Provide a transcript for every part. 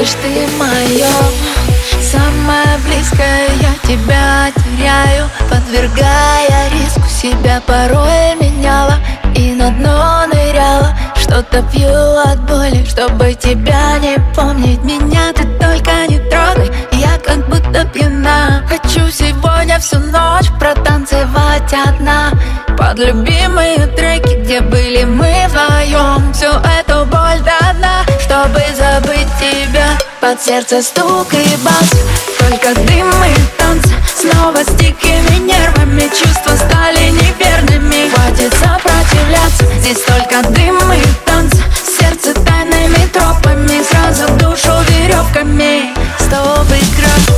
лишь ты мое. Самое близкое, я тебя теряю, подвергая риску себя. Порой меняла и на дно ныряла. Что-то пью от боли, чтобы тебя не помнить. Меня ты только не трогай, я как будто пьяна. Хочу сегодня всю ночь протанцевать одна под любимые треки, где были мы вдвоем. Всю эту боль до дна, чтобы забыть тебя. Под сердце стук и бас, только дым и танцы. Снова с дикими нервами, чувства стали неверными. Хватит сопротивляться, здесь только дым и танцы. Сердце тайными тропами, сразу в душу веревками. Стоп, игра.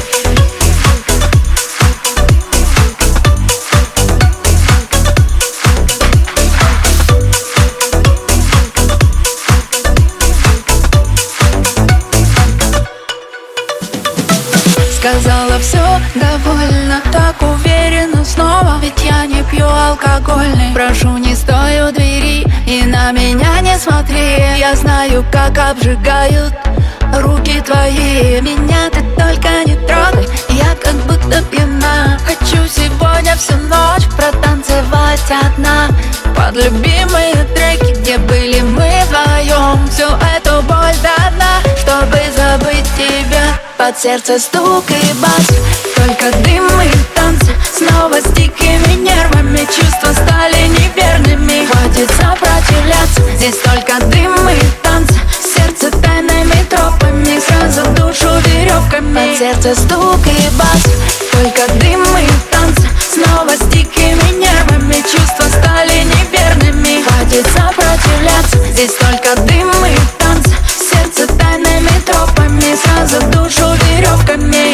Сказала все довольно, так уверенно снова. Ведь я не пью алкогольный. Прошу, не стой у двери и на меня не смотри. Я знаю, как обжигают руки твои. Меня ты только не трогай, я как будто пьяна. Хочу сегодня всю ночь протанцевать одна под любимые треки, где были мы вдвоем. Всю эту боль до дна, чтобы забыть тебя. Под сердце стук и бас, только дым и танцы. Снова с дикими нервами, чувства стали неверными. Хватит сопротивляться, здесь только дым и танцы. Сердце тайными тропами, сразу в душу веревками. Под сердце стук и бас, только дым и танцы. Снова с дикими нервами, чувства стали неверными. Хватит сопротивляться, здесь только дым и танцы. Сердце тайными тропами, сразу в душу веревками.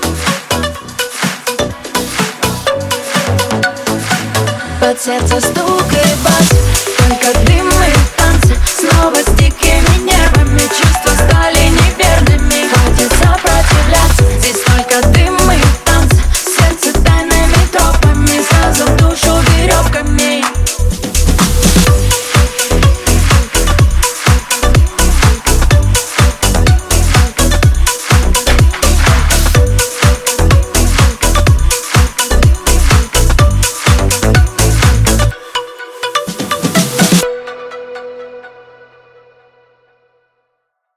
Под сердце стук.